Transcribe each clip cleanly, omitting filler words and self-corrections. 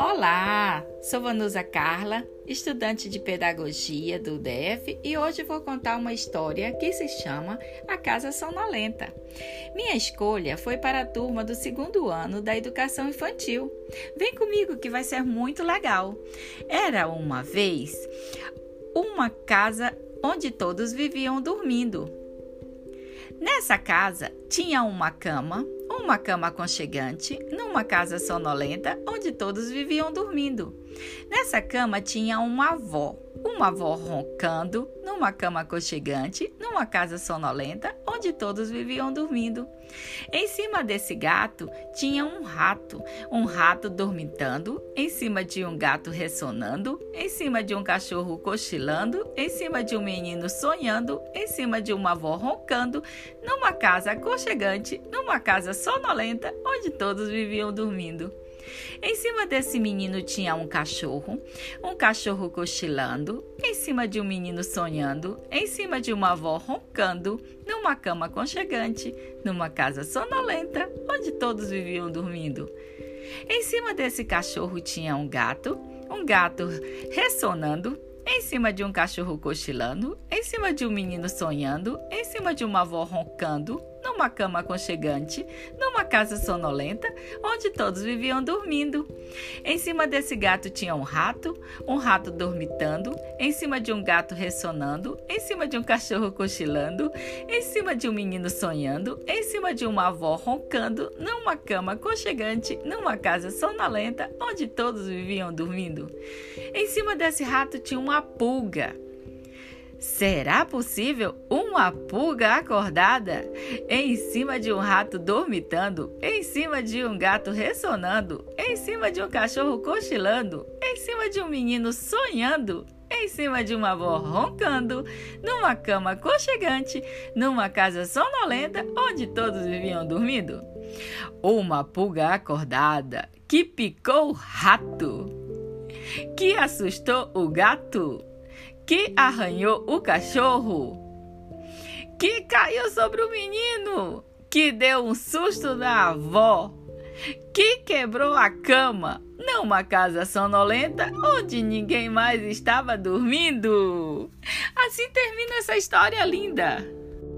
Olá, sou Vanusa Carla, estudante de Pedagogia do UDF e hoje vou contar uma história que se chama A Casa Sonolenta. Minha escolha foi para a turma do 2º ano da Educação Infantil. Vem comigo que vai ser muito legal. Era uma vez uma casa onde todos viviam dormindo. Nessa casa tinha uma cama aconchegante, numa casa sonolenta onde todos viviam dormindo. Nessa cama tinha uma avó roncando, numa cama aconchegante, numa casa sonolenta onde todos viviam dormindo. Em cima desse gato tinha um rato dormitando, em cima de um gato ressonando, em cima de um cachorro cochilando, em cima de um menino sonhando, em cima de uma avó roncando, numa casa aconchegante, numa casa sonolenta onde todos viviam dormindo. Em cima desse menino tinha um cachorro cochilando, em cima de um menino sonhando, em cima de uma avó roncando, numa cama aconchegante, numa casa sonolenta, onde todos viviam dormindo. Em cima desse cachorro tinha um gato ressonando, em cima de um cachorro cochilando, em cima de um menino sonhando, em cima de uma avó roncando, numa cama aconchegante, numa casa sonolenta, onde todos viviam dormindo. Em cima desse gato tinha um rato dormitando, em cima de um gato ressonando, em cima de um cachorro cochilando, em cima de um menino sonhando, em cima de uma avó roncando, numa cama aconchegante, numa casa sonolenta, onde todos viviam dormindo. Em cima desse rato tinha uma pulga. Será possível uma pulga acordada? Em cima de um rato dormitando, em cima de um gato ressonando, em cima de um cachorro cochilando, em cima de um menino sonhando, em cima de uma avó roncando, numa cama aconchegante, numa casa sonolenta, onde todos viviam dormindo? Uma pulga acordada que picou o rato, que assustou o gato, que arranhou o cachorro, que caiu sobre o menino, que deu um susto na avó, que quebrou a cama numa casa sonolenta onde ninguém mais estava dormindo. Assim termina essa história linda.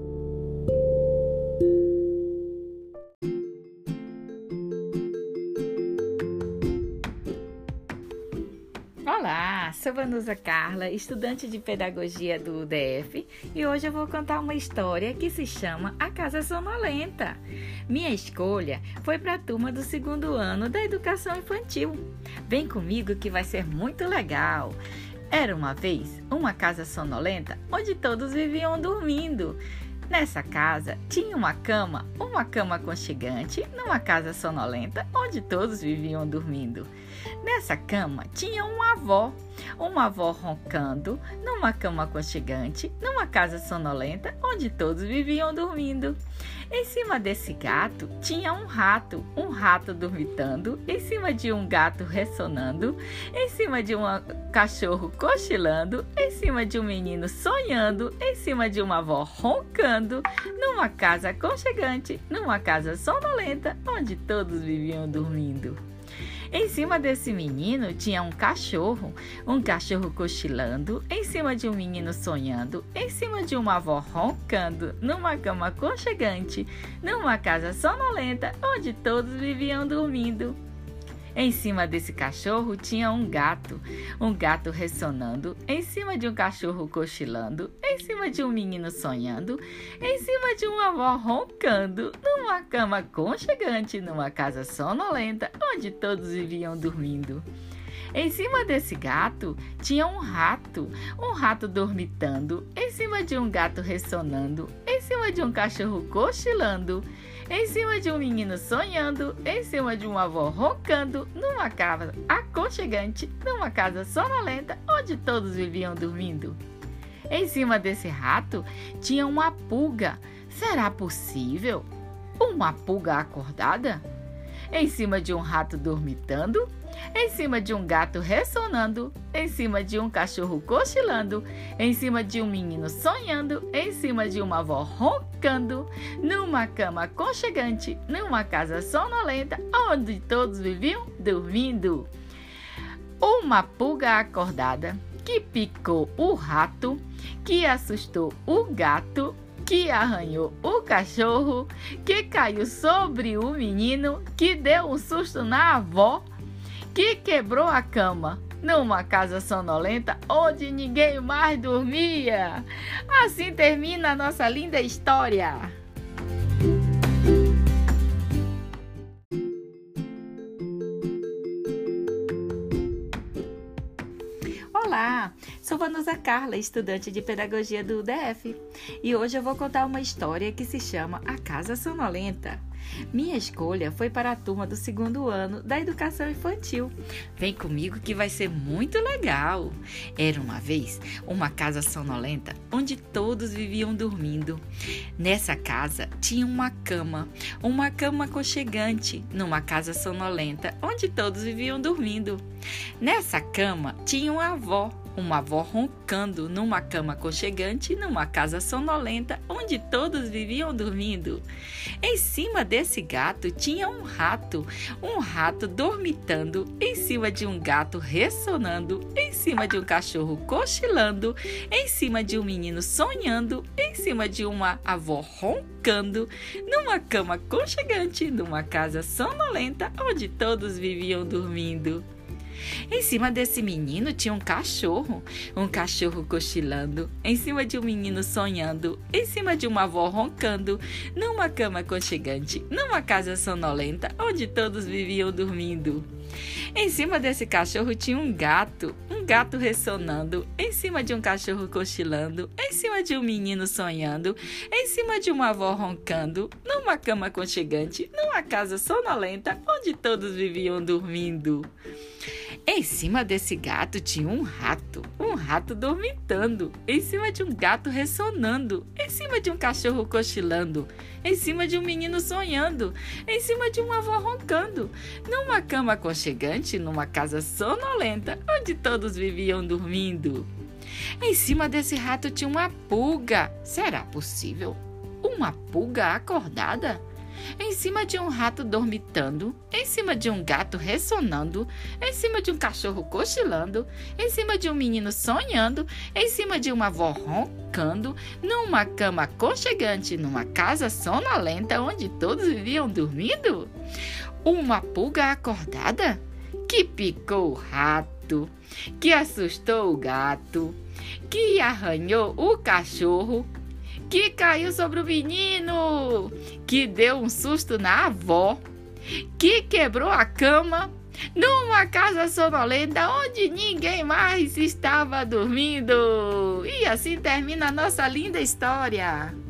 Olá, sou Vanusa Carla, estudante de Pedagogia do UDF e hoje eu vou contar uma história que se chama A Casa Sonolenta. Minha escolha foi para a turma do 2º ano da Educação Infantil. Vem comigo que vai ser muito legal. Era uma vez uma casa sonolenta onde todos viviam dormindo. Nessa casa tinha uma cama aconchegante, numa casa sonolenta, onde todos viviam dormindo. Nessa cama tinha uma avó roncando, numa cama aconchegante, numa casa sonolenta, onde todos viviam dormindo. Em cima desse gato tinha um rato dormitando, em cima de um gato ressonando, em cima de um cachorro cochilando, em cima de um menino sonhando, em cima de uma avó roncando, numa casa aconchegante, numa casa sonolenta, onde todos viviam dormindo. Em cima desse menino tinha um cachorro cochilando, em cima de um menino sonhando, em cima de uma avó roncando, numa cama aconchegante, numa casa sonolenta, onde todos viviam dormindo. Em cima desse cachorro tinha um gato ressonando, em cima de um cachorro cochilando, em cima de um menino sonhando, em cima de uma avó roncando, numa cama aconchegante, numa casa sonolenta, onde todos viviam dormindo. Em cima desse gato tinha um rato dormitando, em cima de um gato ressonando, em cima de um cachorro cochilando, em cima de um menino sonhando, em cima de uma avó roncando, numa casa aconchegante, numa casa sonolenta, onde todos viviam dormindo. Em cima desse rato tinha uma pulga. Será possível uma pulga acordada? Em cima de um rato dormitando, em cima de um gato ressonando, em cima de um cachorro cochilando, em cima de um menino sonhando, em cima de uma avó roncando, numa cama aconchegante, numa casa sonolenta, onde todos viviam dormindo. Uma pulga acordada que picou o rato, que assustou o gato, que arranhou o cachorro, que caiu sobre o menino, que deu um susto na avó, que quebrou a cama numa casa sonolenta onde ninguém mais dormia. Assim termina a nossa linda história. Olá, sou Vanusa Carla, estudante de Pedagogia do UDF, e hoje eu vou contar uma história que se chama A Casa Sonolenta. Minha escolha foi para a turma do 2º ano da Educação Infantil. Vem comigo que vai ser muito legal! Era uma vez uma casa sonolenta onde todos viviam dormindo. Nessa casa tinha uma cama aconchegante, numa casa sonolenta onde todos viviam dormindo. Nessa cama tinha uma avó roncando numa cama aconchegante, numa casa sonolenta onde todos viviam dormindo. Em cima desse gato tinha um rato dormitando, em cima de um gato ressonando, em cima de um cachorro cochilando, em cima de um menino sonhando, em cima de uma avó roncando, numa cama aconchegante, numa casa sonolenta onde todos viviam dormindo. Em cima desse menino tinha um cachorro cochilando, em cima de um menino sonhando, em cima de uma avó roncando, numa cama aconchegante, numa casa sonolenta, onde todos viviam dormindo. Em cima desse cachorro tinha um gato ressonando, em cima de um cachorro cochilando, em cima de um menino sonhando, em cima de uma avó roncando, numa cama aconchegante, numa casa sonolenta, onde todos viviam dormindo. Em cima desse gato tinha um rato dormitando, em cima de um gato ressonando, em cima de um cachorro cochilando, em cima de um menino sonhando, em cima de uma avó roncando, numa cama aconchegante, numa casa sonolenta, onde todos viviam dormindo. Em cima desse rato tinha uma pulga. Será possível? Uma pulga acordada? Em cima de um rato dormitando, em cima de um gato ressonando, em cima de um cachorro cochilando, em cima de um menino sonhando, em cima de uma avó roncando, numa cama aconchegante, numa casa sonolenta onde todos viviam dormindo? Uma pulga acordada que picou o rato, que assustou o gato, que arranhou o cachorro, que caiu sobre o menino, que deu um susto na avó, que quebrou a cama numa casa sonolenta onde ninguém mais estava dormindo. E assim termina a nossa linda história.